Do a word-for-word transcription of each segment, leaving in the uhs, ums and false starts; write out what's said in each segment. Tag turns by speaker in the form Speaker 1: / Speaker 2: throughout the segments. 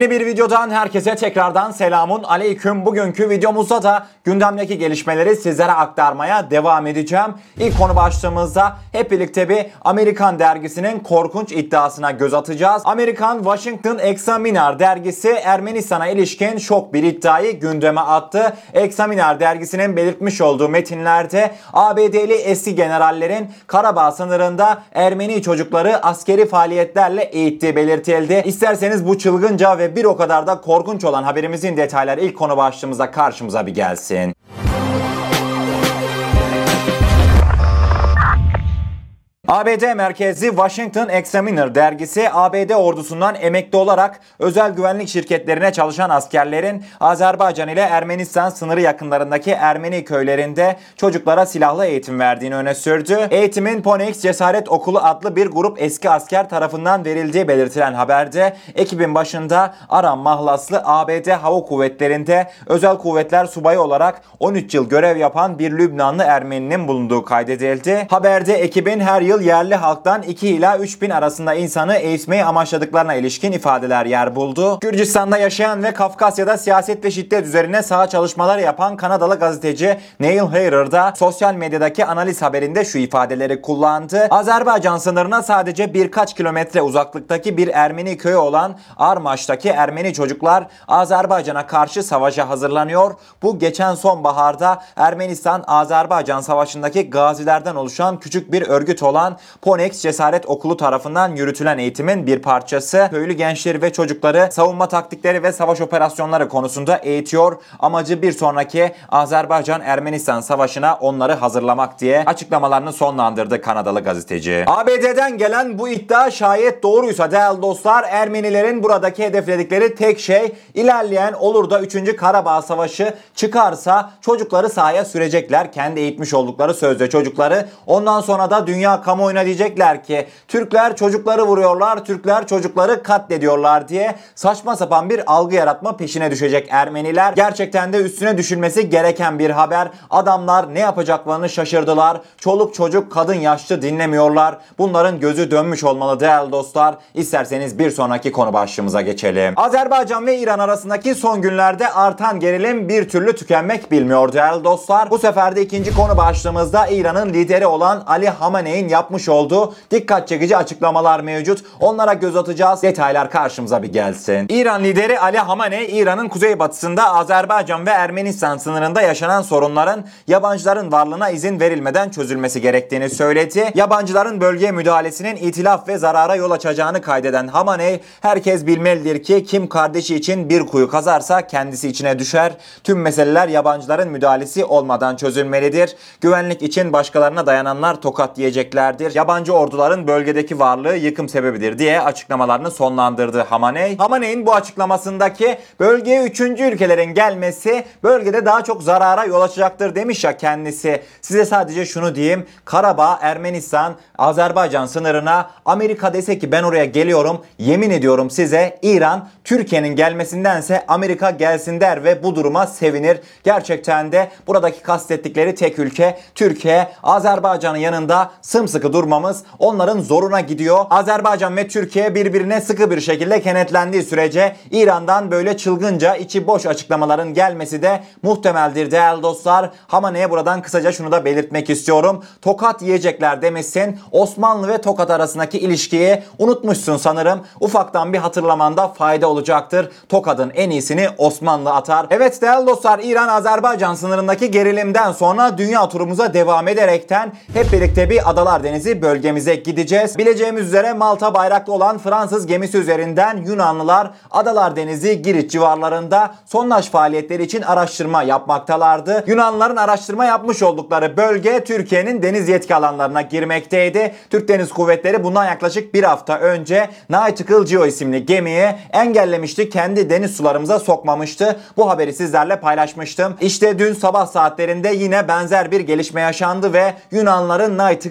Speaker 1: Yeni bir videodan herkese tekrardan selamun aleyküm. Bugünkü videomuzda da gündemdeki gelişmeleri sizlere aktarmaya devam edeceğim. İlk konu başlığımızda hep birlikte bir Amerikan dergisinin korkunç iddiasına göz atacağız. Amerikan Washington Examiner dergisi Ermenistan'a ilişkin şok bir iddiayı gündeme attı. Examiner dergisinin belirtmiş olduğu metinlerde A B D'li eski generallerin Karabağ sınırında Ermeni çocukları askeri faaliyetlerle eğittiği belirtildi. İsterseniz bu çılgınca ve bir o kadar da korkunç olan haberimizin detayları ilk konu başlığımızda karşımıza bir gelsin. A B D merkezli Washington Examiner dergisi A B D ordusundan emekli olarak özel güvenlik şirketlerine çalışan askerlerin Azerbaycan ile Ermenistan sınırı yakınlarındaki Ermeni köylerinde çocuklara silahlı eğitim verdiğini öne sürdü. Eğitimin Ponex Cesaret Okulu adlı bir grup eski asker tarafından verildiği belirtilen haberde ekibin başında Aram mahlaslı A B D Hava Kuvvetleri'nde özel kuvvetler subayı olarak on üç yıl görev yapan bir Lübnanlı Ermeninin bulunduğu kaydedildi. Haberde ekibin her yıl yerli halktan iki ila üç bin arasında insanı eğitmeyi amaçladıklarına ilişkin ifadeler yer buldu. Gürcistan'da yaşayan ve Kafkasya'da siyaset ve şiddet üzerine saha çalışmalar yapan Kanadalı gazeteci Neil Hayrer da sosyal medyadaki analiz haberinde şu ifadeleri kullandı. Azerbaycan sınırına sadece birkaç kilometre uzaklıktaki bir Ermeni köyü olan Armaş'taki Ermeni çocuklar Azerbaycan'a karşı savaşa hazırlanıyor. Bu geçen sonbaharda Ermenistan-Azerbaycan savaşındaki gazilerden oluşan küçük bir örgüt olan Ponex Cesaret Okulu tarafından yürütülen eğitimin bir parçası. Köylü gençleri ve çocukları savunma taktikleri ve savaş operasyonları konusunda eğitiyor. Amacı bir sonraki Azerbaycan-Ermenistan savaşına onları hazırlamak diye açıklamalarını sonlandırdı Kanadalı gazeteci. A B D'den gelen bu iddia şayet doğruysa değerli dostlar, Ermenilerin buradaki hedefledikleri tek şey ilerleyen olur da üçüncü Karabağ Savaşı çıkarsa çocukları sahaya sürecekler. Kendi eğitmiş oldukları sözde çocukları. Ondan sonra da dünya kamuoyuna diyecekler ki Türkler çocukları vuruyorlar, Türkler çocukları katlediyorlar diye saçma sapan bir algı yaratma peşine düşecek Ermeniler. Gerçekten de üstüne düşülmesi gereken bir haber. Adamlar ne yapacaklarını şaşırdılar. Çoluk çocuk kadın yaşlı dinlemiyorlar. Bunların gözü dönmüş olmalı değerli dostlar. İsterseniz bir sonraki konu başlığımıza geçelim. Azerbaycan ve İran arasındaki son günlerde artan gerilim bir türlü tükenmek bilmiyor değerli dostlar. Bu sefer de ikinci konu başlığımızda İran'ın lideri olan Ali Hamaney'in yapmış olduğu dikkat çekici açıklamalar mevcut. Onlara göz atacağız. Detaylar karşımıza bir gelsin. İran lideri Ali Hamaney, İran'ın kuzeybatısında Azerbaycan ve Ermenistan sınırında yaşanan sorunların yabancıların varlığına izin verilmeden çözülmesi gerektiğini söyledi. Yabancıların bölgeye müdahalesinin itilaf ve zarara yol açacağını kaydeden Hamaney, herkes bilmelidir ki kim kardeşi için bir kuyu kazarsa kendisi içine düşer. Tüm meseleler yabancıların müdahalesi olmadan çözülmelidir. Güvenlik için başkalarına dayananlar tokat yiyeceklerdir. Yabancı orduların bölgedeki varlığı yıkım sebebidir diye açıklamalarını sonlandırdı Hamaney. Hamaney'in bu açıklamasındaki bölgeye üçüncü ülkelerin gelmesi bölgede daha çok zarara yol açacaktır demiş ya kendisi. Size sadece şunu diyeyim. Karabağ, Ermenistan, Azerbaycan sınırına Amerika dese ki ben oraya geliyorum, yemin ediyorum size İran Türkiye'nin gelmesindense Amerika gelsin der ve bu duruma sevinir. Gerçekten de buradaki kastettikleri tek ülke Türkiye. Azerbaycan'ın yanında sımsıkı durmamız onların zoruna gidiyor. Azerbaycan ve Türkiye birbirine sıkı bir şekilde kenetlendiği sürece İran'dan böyle çılgınca içi boş açıklamaların gelmesi de muhtemeldir değerli dostlar. Hamaney'e buradan kısaca şunu da belirtmek istiyorum. Tokat yiyecekler demişsin. Osmanlı ve Tokat arasındaki ilişkiyi unutmuşsun sanırım. Ufaktan bir hatırlamanda fayda olacaktır. Tokat'ın en iyisini Osmanlı atar. Evet değerli dostlar, İran-Azerbaycan sınırındaki gerilimden sonra dünya turumuza devam ederekten hep birlikte bir Adalar Denizi bölgemize gideceğiz. Bileceğimiz üzere Malta bayraklı olan Fransız gemisi üzerinden Yunanlılar Adalar Denizi Girit civarlarında sondaj faaliyetleri için araştırma yapmaktalardı. Yunanlıların araştırma yapmış oldukları bölge Türkiye'nin deniz yetki alanlarına girmekteydi. Türk Deniz Kuvvetleri bundan yaklaşık bir hafta önce Nautical Geo isimli gemiyi engellemişti. Kendi deniz sularımıza sokmamıştı. Bu haberi sizlerle paylaşmıştım. İşte dün sabah saatlerinde yine benzer bir gelişme yaşandı ve Yunanlıların Nautical Geo isimli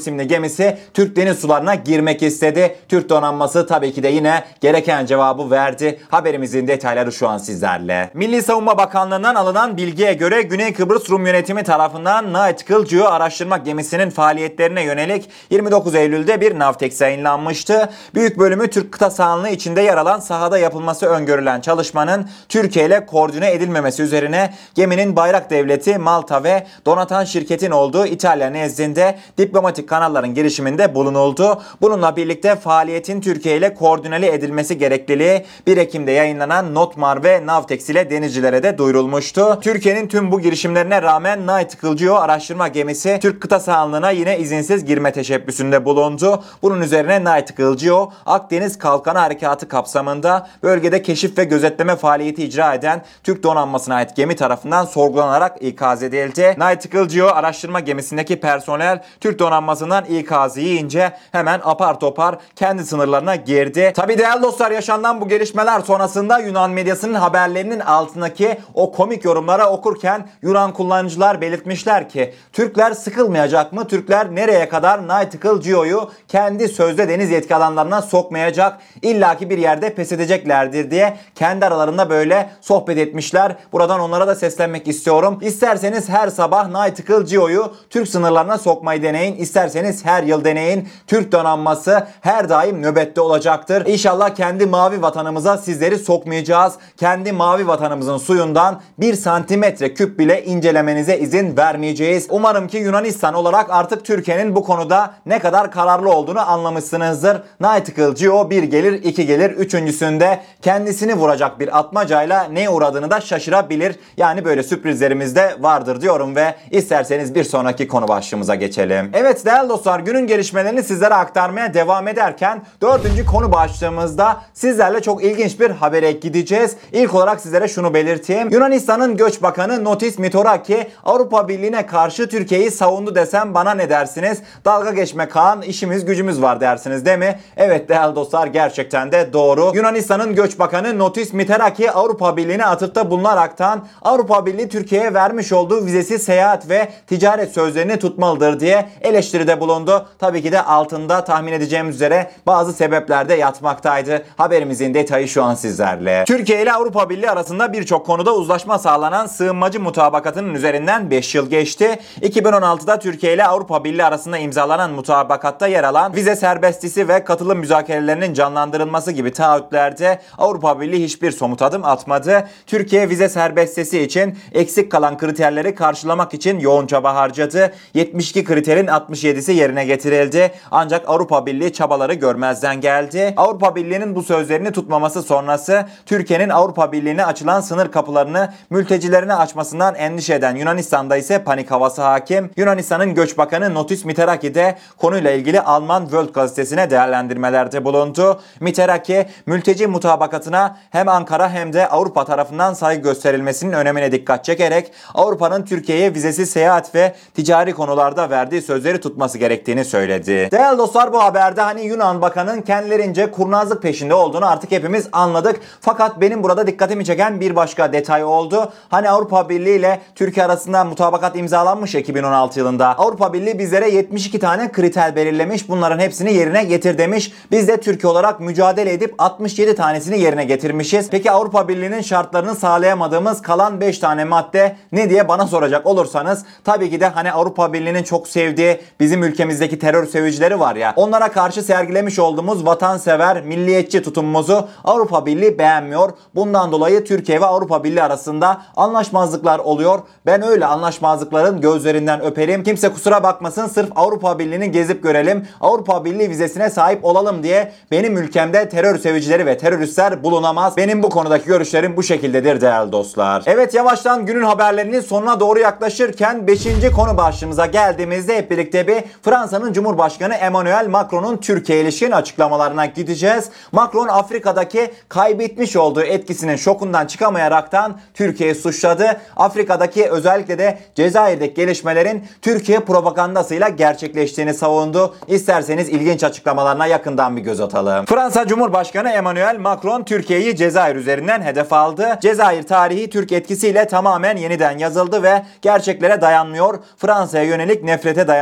Speaker 1: isimli gemisi Türk deniz sularına girmek istedi. Türk donanması tabii ki de yine gereken cevabı verdi. Haberimizin detayları şu an sizlerle. Milli Savunma Bakanlığı'ndan alınan bilgiye göre Güney Kıbrıs Rum Yönetimi tarafından Nautical Geo araştırma gemisinin faaliyetlerine yönelik yirmi dokuz Eylül'de bir Navtex yayınlanmıştı. Büyük bölümü Türk kıta sahanlığı içinde yer alan sahada yapılması öngörülen çalışmanın Türkiye ile koordine edilmemesi üzerine geminin bayrak devleti Malta ve donatan şirketin olduğu İtalya nezdinde diplomatik kanalların girişiminde bulunuldu. Bununla birlikte faaliyetin Türkiye ile koordineli edilmesi gerekliliği bir Ekim'de yayınlanan Notmar ve Navtex ile denizcilere de duyurulmuştu. Türkiye'nin tüm bu girişimlerine rağmen Nautical Geo araştırma gemisi Türk kıta sahanlığına yine izinsiz girme teşebbüsünde bulundu. Bunun üzerine Nautical Geo Akdeniz Kalkanı Harekatı kapsamında bölgede keşif ve gözetleme faaliyeti icra eden Türk donanmasına ait gemi tarafından sorgulanarak ikaz edildi. Nautical Geo araştırma gemisindeki personel Türk donanmasından ikazı yiyince hemen apar topar kendi sınırlarına girdi. Tabi değerli dostlar, yaşanan bu gelişmeler sonrasında Yunan medyasının haberlerinin altındaki o komik yorumlara okurken Yunan kullanıcılar belirtmişler ki Türkler sıkılmayacak mı? Türkler nereye kadar Nautical Geo'yu kendi sözde deniz yetki alanlarına sokmayacak? İllaki bir yerde pes edeceklerdir diye kendi aralarında böyle sohbet etmişler. Buradan onlara da seslenmek istiyorum. İsterseniz her sabah Nautical Geo'yu Türk sınırlarına sokmayı deneyin. İsterseniz her yıl deneyin. Türk donanması her daim nöbette olacaktır. İnşallah kendi mavi vatanımıza sizleri sokmayacağız. Kendi mavi vatanımızın suyundan bir santimetre küp bile incelemenize izin vermeyeceğiz. Umarım ki Yunanistan olarak artık Türkiye'nin bu konuda ne kadar kararlı olduğunu anlamışsınızdır. Nautical Geo bir gelir, iki gelir, üçüncüsünde kendisini vuracak bir atmacayla neye uğradığını da şaşırabilir. Yani böyle sürprizlerimiz de vardır diyorum ve isterseniz bir sonraki konu başlığımıza geçelim. Evet değerli dostlar, günün gelişmelerini sizlere aktarmaya devam ederken dördüncü konu başlığımızda sizlerle çok ilginç bir habere gideceğiz. İlk olarak sizlere şunu belirteyim. Yunanistan'ın Göç Bakanı Notis Mitsotakis Avrupa Birliği'ne karşı Türkiye'yi savundu desem bana ne dersiniz? Dalga geçme Kaan, işimiz gücümüz var dersiniz değil mi? Evet değerli dostlar, gerçekten de doğru. Yunanistan'ın Göç Bakanı Notis Mitsotakis Avrupa Birliği'ne atıfta bulunaraktan Avrupa Birliği Türkiye'ye vermiş olduğu vizesiz seyahat ve ticaret sözlerini tutmalıdır diye eleştiride bulundu. Tabii ki de altında tahmin edeceğimiz üzere bazı sebepler de yatmaktaydı. Haberimizin detayı şu an sizlerle. Türkiye ile Avrupa Birliği arasında birçok konuda uzlaşma sağlanan sığınmacı mutabakatının üzerinden beş yıl geçti. iki bin on altıda Türkiye ile Avrupa Birliği arasında imzalanan mutabakatta yer alan vize serbestisi ve katılım müzakerelerinin canlandırılması gibi taahhütlerde Avrupa Birliği hiçbir somut adım atmadı. Türkiye vize serbestisi için eksik kalan kriterleri karşılamak için yoğun çaba harcadı. yetmiş iki kriterin altmış yedisi yerine getirildi. Ancak Avrupa Birliği çabaları görmezden geldi. Avrupa Birliği'nin bu sözlerini tutmaması sonrası Türkiye'nin Avrupa Birliği'ne açılan sınır kapılarını mültecilerine açmasından endişe eden Yunanistan'da ise panik havası hakim. Yunanistan'ın Göç Bakanı Notis Mitsotakis de konuyla ilgili Alman World gazetesine değerlendirmelerde bulundu. Mitsotakis mülteci mutabakatına hem Ankara hem de Avrupa tarafından saygı gösterilmesinin önemine dikkat çekerek Avrupa'nın Türkiye'ye vizesiz seyahat ve ticari konularda verdiği sözleri tutması gerektiğini söyledi. Değerli dostlar, bu haberde hani Yunan Bakan'ın kendilerince kurnazlık peşinde olduğunu artık hepimiz anladık. Fakat benim burada dikkatimi çeken bir başka detay oldu. Hani Avrupa Birliği ile Türkiye arasında mutabakat imzalanmış iki bin on altı yılında. Avrupa Birliği bizlere yetmiş iki tane kriter belirlemiş. Bunların hepsini yerine getir demiş. Biz de Türkiye olarak mücadele edip altmış yedi tanesini yerine getirmişiz. Peki Avrupa Birliği'nin şartlarını sağlayamadığımız kalan beş tane madde ne diye bana soracak olursanız, tabii ki de hani Avrupa Birliği'nin çok sevdiği bizim ülkemizdeki terör sevicileri var ya, onlara karşı sergilemiş olduğumuz vatansever, milliyetçi tutumumuzu Avrupa Birliği beğenmiyor. Bundan dolayı Türkiye ve Avrupa Birliği arasında anlaşmazlıklar oluyor. Ben öyle anlaşmazlıkların gözlerinden öperim. Kimse kusura bakmasın, sırf Avrupa Birliği'ni gezip görelim, Avrupa Birliği vizesine sahip olalım diye benim ülkemde terör sevicileri ve teröristler bulunamaz. Benim bu konudaki görüşlerim bu şekildedir değerli dostlar. Evet, yavaştan günün haberlerinin sonuna doğru yaklaşırken beşinci konu başlığımıza geldiğimizde hep birlikte bir Fransa'nın Cumhurbaşkanı Emmanuel Macron'un Türkiye ilişkin açıklamalarına gideceğiz. Macron Afrika'daki kaybetmiş olduğu etkisinin şokundan çıkamayaraktan Türkiye'yi suçladı. Afrika'daki özellikle de Cezayir'deki gelişmelerin Türkiye propagandasıyla gerçekleştiğini savundu. İsterseniz ilginç açıklamalarına yakından bir göz atalım. Fransa Cumhurbaşkanı Emmanuel Macron Türkiye'yi Cezayir üzerinden hedef aldı. Cezayir tarihi Türk etkisiyle tamamen yeniden yazıldı ve gerçeklere dayanmıyor, Fransa'ya yönelik nefrete dayanıyor diyen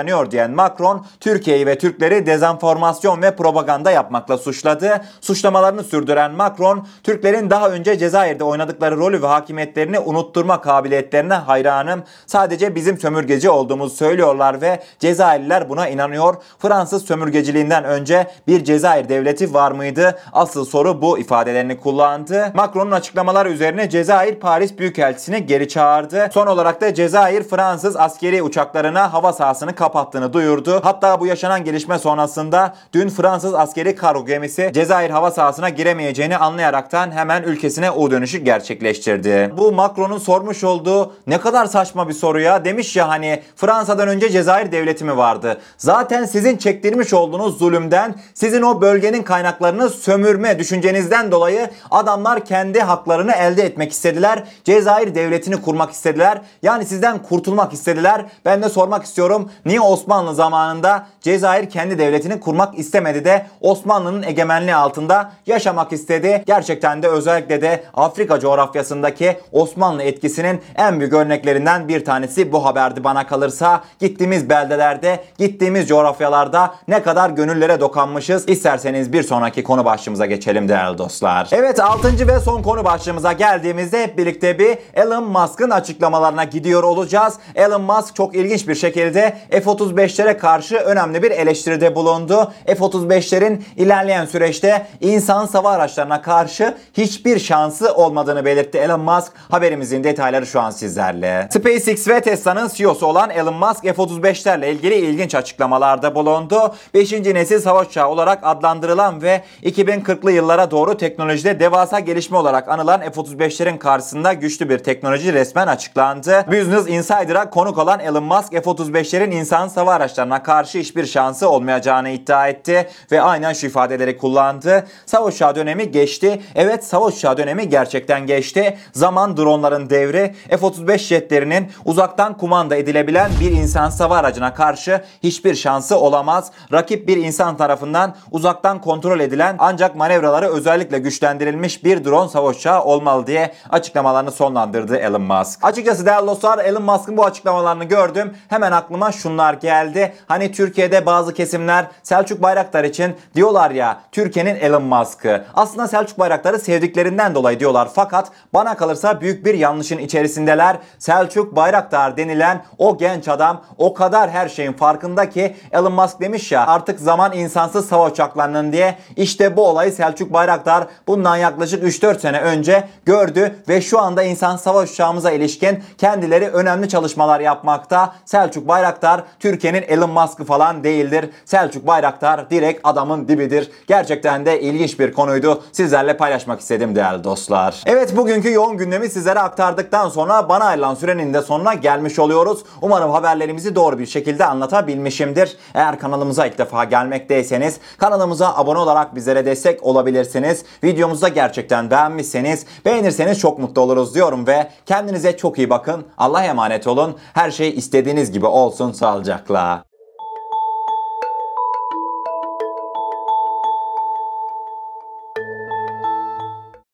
Speaker 1: gelen Macron, Türkiye'yi ve Türkleri dezenformasyon ve propaganda yapmakla suçladı. Suçlamalarını sürdüren Macron, Türklerin daha önce Cezayir'de oynadıkları rolü ve hakimiyetlerini unutturma kabiliyetlerine hayranım. Sadece bizim sömürgeci olduğumuzu söylüyorlar ve Cezayirliler buna inanıyor. Fransız sömürgeciliğinden önce bir Cezayir devleti var mıydı? Asıl soru bu ifadelerini kullandı. Macron'un açıklamaları üzerine Cezayir Paris Büyükelçisini geri çağırdı. Son olarak da Cezayir Fransız askeri uçaklarına hava sahasını kapattığını duyurdu. Hatta bu yaşanan gelişme sonrasında dün Fransız askeri kargo gemisi Cezayir hava sahasına giremeyeceğini anlayaraktan hemen ülkesine U dönüşü gerçekleştirdi. Bu Macron'un sormuş olduğu ne kadar saçma bir soru ya. Demiş ya hani Fransa'dan önce Cezayir devleti mi vardı? Zaten sizin çektirmiş olduğunuz zulümden, sizin o bölgenin kaynaklarını sömürme düşüncenizden dolayı adamlar kendi haklarını elde etmek istediler. Cezayir devletini kurmak istediler. Yani sizden kurtulmak istediler. Ben de sormak istiyorum. Niye Osmanlı zamanında Cezayir kendi devletini kurmak istemedi de Osmanlı'nın egemenliği altında yaşamak istedi? Gerçekten de özellikle de Afrika coğrafyasındaki Osmanlı etkisinin en büyük örneklerinden bir tanesi bu haberdi bana kalırsa. Gittiğimiz beldelerde, gittiğimiz coğrafyalarda ne kadar gönüllere dokanmışız. İsterseniz bir sonraki konu başlığımıza geçelim değerli dostlar. Evet, altıncı ve son konu başlığımıza geldiğimizde hep birlikte bir Elon Musk'ın açıklamalarına gidiyor olacağız. Elon Musk çok ilginç bir şekilde F otuz beşlere karşı önemli bir eleştiride bulundu. F otuz beşlerin ilerleyen süreçte insan hava araçlarına karşı hiçbir şansı olmadığını belirtti Elon Musk. Haberimizin detayları şu an sizlerle. SpaceX ve Tesla'nın C E O'su olan Elon Musk F otuz beşlerle ilgili ilginç açıklamalarda bulundu. beşinci nesil savaş uçağı olarak adlandırılan ve iki bin kırklı yıllara doğru teknolojide devasa gelişme olarak anılan F otuz beşlerin karşısında güçlü bir teknoloji resmen açıklandı. Business Insider'a konuk olan Elon Musk F otuz beşlerin insan hava araçlarına karşı hiçbir şansı olmayacağını iddia etti ve aynen şu ifadeleri kullandı. Savaş uçağı dönemi geçti. Evet, savaş uçağı dönemi gerçekten geçti. Zaman dronların devri. F otuz beş jetlerinin uzaktan kumanda edilebilen bir insan hava aracına karşı hiçbir şansı olamaz. Rakip bir insan tarafından uzaktan kontrol edilen ancak manevraları özellikle güçlendirilmiş bir drone savaş uçağı olmalı diye açıklamalarını sonlandırdı Elon Musk. Açıkçası değerli dostlar, Elon Musk'ın bu açıklamalarını gördüm. Hemen aklıma şunlar geldi. Hani Türkiye'de bazı kesimler Selçuk Bayraktar için diyorlar ya, Türkiye'nin Elon Musk'ı. Aslında Selçuk Bayraktar'ı sevdiklerinden dolayı diyorlar. Fakat bana kalırsa büyük bir yanlışın içerisindeler. Selçuk Bayraktar denilen o genç adam o kadar her şeyin farkında ki Elon Musk demiş ya artık zaman insansız savaş uçaklarının diye. İşte bu olayı Selçuk Bayraktar bundan yaklaşık üç dört sene önce gördü ve şu anda insan savaş uçağımıza ilişkin kendileri önemli çalışmalar yapmakta. Selçuk Bayraktar Türkiye'nin Elon Musk'ı falan değildir. Selçuk Bayraktar direkt adamın dibidir. Gerçekten de ilginç bir konuydu. Sizlerle paylaşmak istedim değerli dostlar. Evet, bugünkü yoğun gündemi sizlere aktardıktan sonra bana ayrılan sürenin de sonuna gelmiş oluyoruz. Umarım haberlerimizi doğru bir şekilde anlatabilmişimdir. Eğer kanalımıza ilk defa gelmekteyseniz kanalımıza abone olarak bizlere destek olabilirsiniz. Videomuzu da gerçekten beğenmişseniz, beğenirseniz çok mutlu oluruz diyorum ve kendinize çok iyi bakın. Allah'a emanet olun. Her şey istediğiniz gibi olsun. Sağlıcakla.